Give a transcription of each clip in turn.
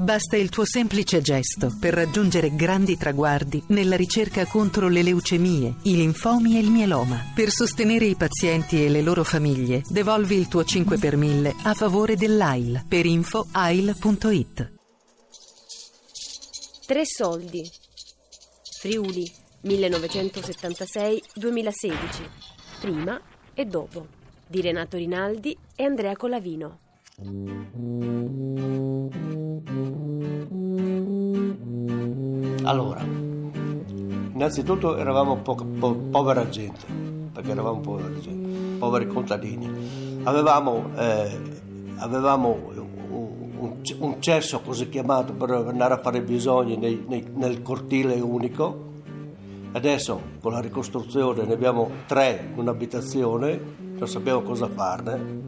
Basta il tuo semplice gesto per raggiungere grandi traguardi nella ricerca contro le leucemie, i linfomi e il mieloma. Per sostenere i pazienti e le loro famiglie, devolvi il tuo 5 per 1000 a favore dell'AIL. Per info AIL.it. 3 soldi. Friuli, 1976-2016. Prima e dopo. Di Renato Rinaldi e Andrea Colavino. Allora, innanzitutto eravamo povera gente, perché eravamo poveri contadini. Avevamo un cesso così chiamato per andare a fare i bisogni nel cortile unico. Adesso con la ricostruzione ne abbiamo 3 in un'abitazione, non sappiamo cosa farne.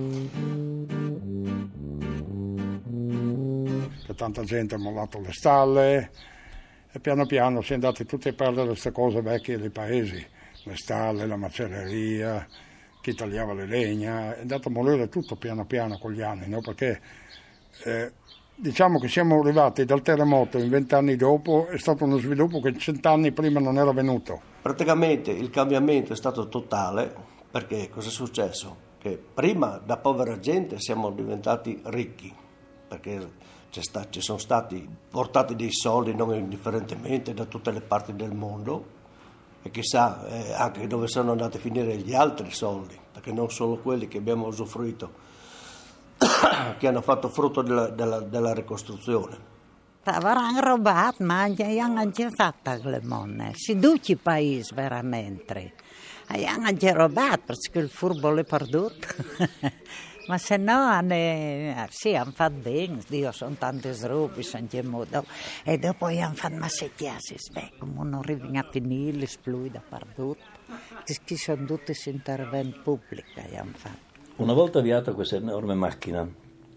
Tanta gente ha mollato le stalle e piano piano si è andati tutti a perdere queste cose vecchie dei paesi, le stalle, la macelleria, chi tagliava le legna, è andato a morire tutto piano piano con gli anni, no? Perché diciamo che siamo arrivati dal terremoto in 20 anni dopo, è stato uno sviluppo che 100 anni prima non era venuto. Praticamente il cambiamento è stato totale, perché cosa è successo? Che prima da povera gente siamo diventati ricchi, perché ci sono stati portati dei soldi non indifferentemente da tutte le parti del mondo e chissà anche dove sono andati a finire gli altri soldi, perché non solo quelli che abbiamo usufruito, che hanno fatto frutto della ricostruzione. Avranno rubato, ma hanno già fatto le monete, si duce il paese veramente, hanno già rubato perché il furbo l'è perduto. Ma se no, sì, hanno fatto bene, Dio, sono tante robe, sono modo. E dopo hanno fatto massettiasi, come non arrivano a finire, esplode dappertutto. Che sono tutti interventi pubblici, hanno fatto. Una volta avviata questa enorme macchina,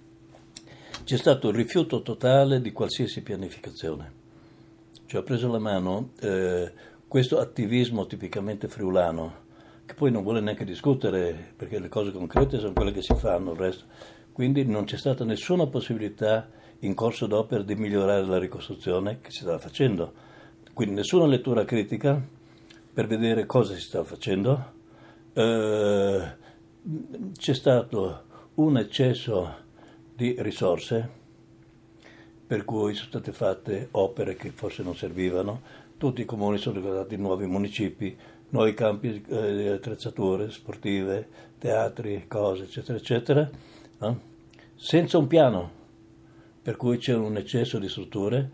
c'è stato il rifiuto totale di qualsiasi pianificazione. Cioè ho preso la mano questo attivismo tipicamente friulano, che poi non vuole neanche discutere, perché le cose concrete sono quelle che si fanno, il resto. Quindi non c'è stata nessuna possibilità in corso d'opera di migliorare la ricostruzione che si stava facendo. Quindi nessuna lettura critica per vedere cosa si stava facendo. C'è stato un eccesso di risorse, per cui sono state fatte opere che forse non servivano. Tutti i comuni sono diventati nuovi municipi, nuovi campi di attrezzature sportive, teatri, cose, eccetera, eccetera, no? Senza un piano, per cui c'è un eccesso di strutture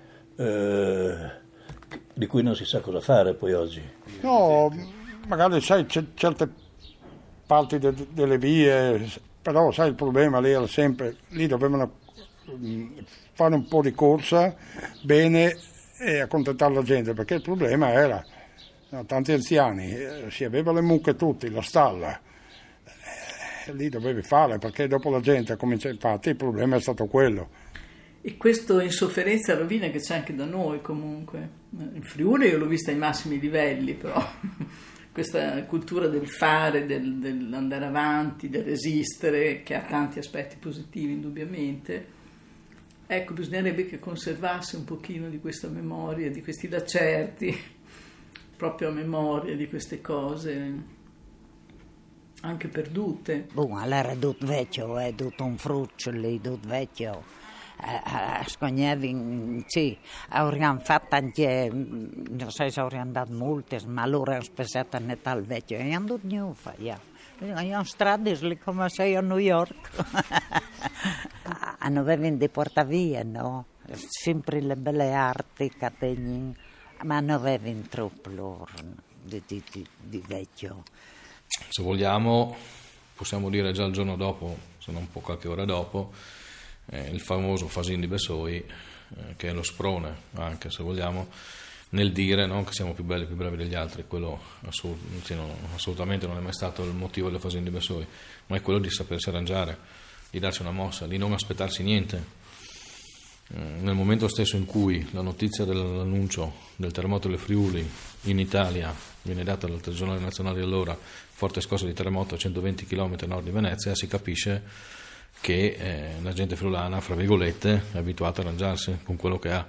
di cui non si sa cosa fare poi oggi. No, magari sai, c'è certe parti delle vie, però sai il problema lì era sempre, lì dovevano fare un po' di corsa bene e accontentare la gente, perché il problema era tanti anziani, si aveva le mucche tutti, la stalla, lì dovevi fare, perché dopo la gente ha cominciato, infatti il problema è stato quello. E questo insofferenza e rovina che c'è anche da noi comunque, in Friuli io l'ho vista ai massimi livelli, però questa cultura del fare, dell'andare avanti, del resistere, che ha tanti aspetti positivi indubbiamente. Ecco, bisognerebbe che conservasse un pochino di questa memoria, di questi lacerti, proprio a memoria di queste cose anche perdute. Allora tutto vecchio, è tutto un fruccioli, tutto vecchio. Scognevi, sì, avremmo fatto anche, non so se avremmo dato molte, ma loro hanno speso nel tal vecchio, e hanno tutto nuovo, hanno strade come sei a New York. Hanno dei portavie, no? Sempre le belle arti che tengono. Ma non avevano troppo loro di vecchio. Se vogliamo, possiamo dire già il giorno dopo, se non un po' qualche ora dopo, il famoso Fasin di Bessoi, che è lo sprone, anche se vogliamo, nel dire, no, che siamo più belli e più bravi degli altri. Quello assolutamente non è mai stato il motivo del Fasin di Bessoi, ma è quello di sapersi arrangiare, di darsi una mossa, di non aspettarsi niente. Nel momento stesso in cui la notizia dell'annuncio del terremoto del Friuli in Italia viene data dal telegiornale nazionale, allora forte scossa di terremoto a 120 km a nord di Venezia, si capisce che la gente friulana, fra virgolette, è abituata a arrangiarsi con quello che ha.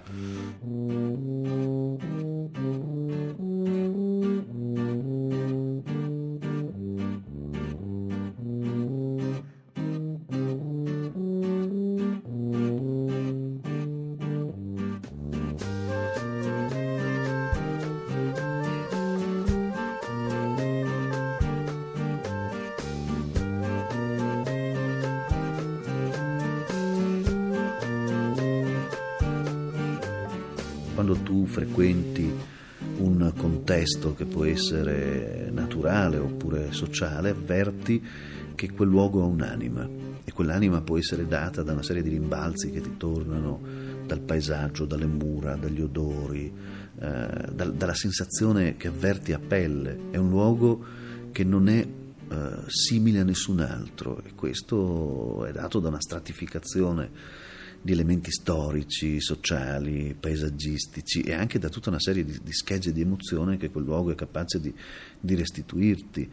Quando tu frequenti un contesto che può essere naturale oppure sociale, avverti che quel luogo ha un'anima, e quell'anima può essere data da una serie di rimbalzi che ti tornano dal paesaggio, dalle mura, dagli odori, dalla sensazione che avverti a pelle. È un luogo che non è simile a nessun altro, e questo è dato da una stratificazione di elementi storici, sociali, paesaggistici, e anche da tutta una serie di schegge di emozione che quel luogo è capace di restituirti.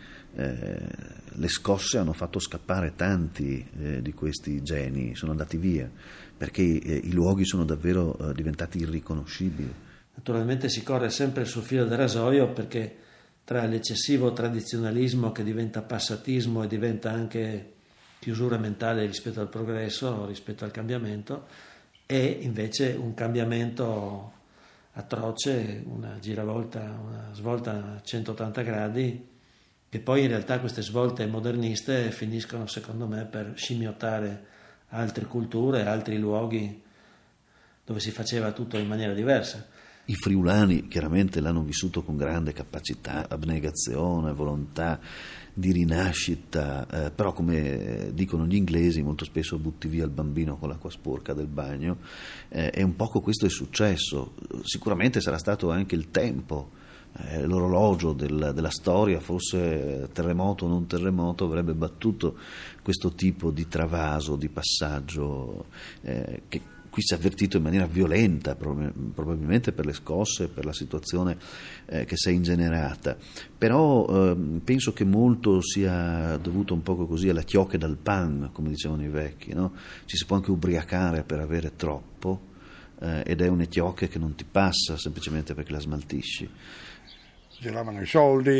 Le scosse hanno fatto scappare tanti di questi geni, sono andati via, perché i luoghi sono davvero diventati irriconoscibili. Naturalmente si corre sempre sul filo del rasoio, perché tra l'eccessivo tradizionalismo che diventa passatismo e diventa anche chiusura mentale rispetto al progresso, rispetto al cambiamento, e invece un cambiamento atroce, una giravolta, una svolta a 180 gradi, che poi in realtà queste svolte moderniste finiscono secondo me per scimmiottare altre culture, altri luoghi dove si faceva tutto in maniera diversa. I friulani chiaramente l'hanno vissuto con grande capacità, abnegazione, volontà di rinascita, però come dicono gli inglesi, molto spesso butti via il bambino con l'acqua sporca del bagno, e un poco questo è successo. Sicuramente sarà stato anche il tempo, l'orologio della storia, forse terremoto o non terremoto, avrebbe battuto questo tipo di travaso, di passaggio che qui si è avvertito in maniera violenta, probabilmente per le scosse, per la situazione che si è ingenerata. Però penso che molto sia dovuto un poco così alla chiocche dal pan, come dicevano i vecchi, no? Ci si può anche ubriacare per avere troppo, ed è una chiocche che non ti passa semplicemente perché la smaltisci. Giravano i soldi,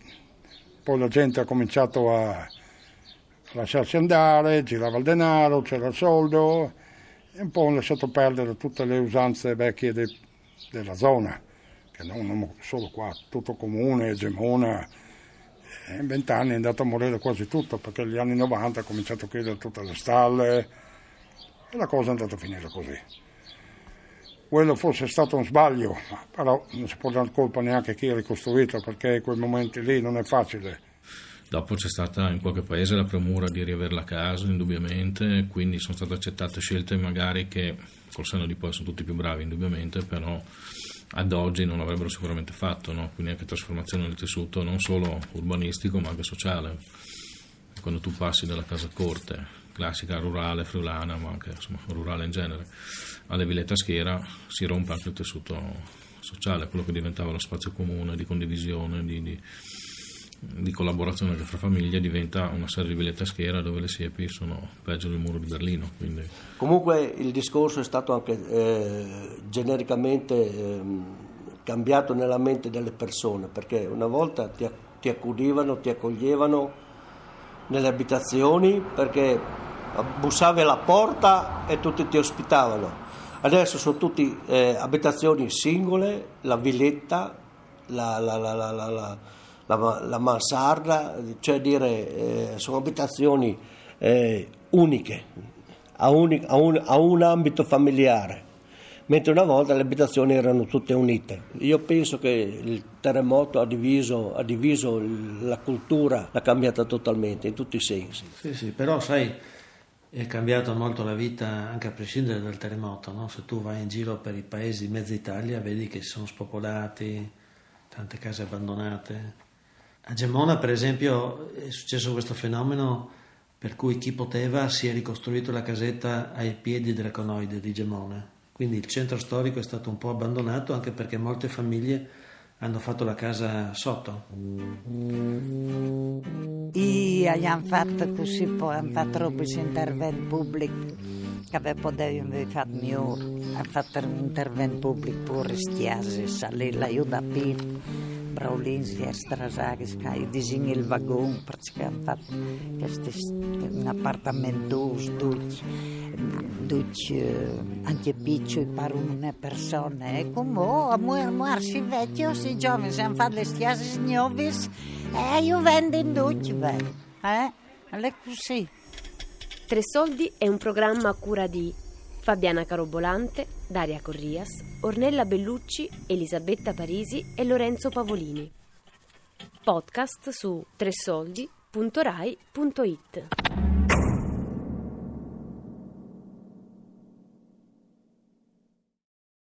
poi la gente ha cominciato a lasciarsi andare, girava il denaro, c'era il soldo, e un po' hanno lasciato perdere tutte le usanze vecchie della zona, che non solo qua, tutto comune, Gemona. In 20 anni è andato a morire quasi tutto, perché negli anni 90 ha cominciato a chiudere tutte le stalle e la cosa è andata a finire così. Quello forse è stato un sbaglio, però non si può dare colpa neanche a chi ha ricostruito, perché in quei momenti lì non è facile. Dopo c'è stata in qualche paese la premura di riavere la casa, indubbiamente, quindi sono state accettate scelte magari che col senno di poi sono tutti più bravi, indubbiamente, però ad oggi non avrebbero sicuramente fatto, no? Quindi anche trasformazione del tessuto non solo urbanistico ma anche sociale. Quando tu passi dalla casa corte, classica rurale, friulana, ma anche insomma rurale in genere, alle villette a schiera, si rompe anche il tessuto sociale, quello che diventava lo spazio comune di condivisione, di collaborazione anche fra famiglie, diventa una serie di villette a schiera dove le siepi sono peggio del muro di Berlino. Quindi. Comunque il discorso è stato anche genericamente cambiato nella mente delle persone, perché una volta ti accudivano, ti accoglievano nelle abitazioni perché bussavi alla porta e tutti ti ospitavano. Adesso sono tutte abitazioni singole, la villetta, la mansarda, cioè sono abitazioni uniche, a un ambito familiare, mentre una volta le abitazioni erano tutte unite. Io penso che il terremoto ha diviso la cultura, l'ha cambiata totalmente in tutti i sensi. Sì, però sai, è cambiato molto la vita anche a prescindere dal terremoto, no? Se tu vai in giro per i paesi di mezza Italia vedi che sono spopolati, tante case abbandonate. A Gemona, per esempio, è successo questo fenomeno per cui chi poteva si è ricostruito la casetta ai piedi della conoide di Gemona. Quindi il centro storico è stato un po' abbandonato, anche perché molte famiglie hanno fatto la casa sotto? Abbiamo fatto così, poi hanno fatto troppi interventi pubblici che potevano aver fatto migliore. Hanno fatto un intervento pubblico pure stiasi, salire la da Pino. Braulins e Strasaghi, che disegna il vagone, perché hanno fatto un appartamento dove anche piccoli per una persona. E come a muoversi vecchio, si giovani, si hanno fatto le stiasi nuove e io vendo in tutti, è così. Tre Soldi è un programma a cura di Fabiana Carobolante, Daria Corrias, Ornella Bellucci, Elisabetta Parisi e Lorenzo Pavolini. Podcast su tresoldi.rai.it.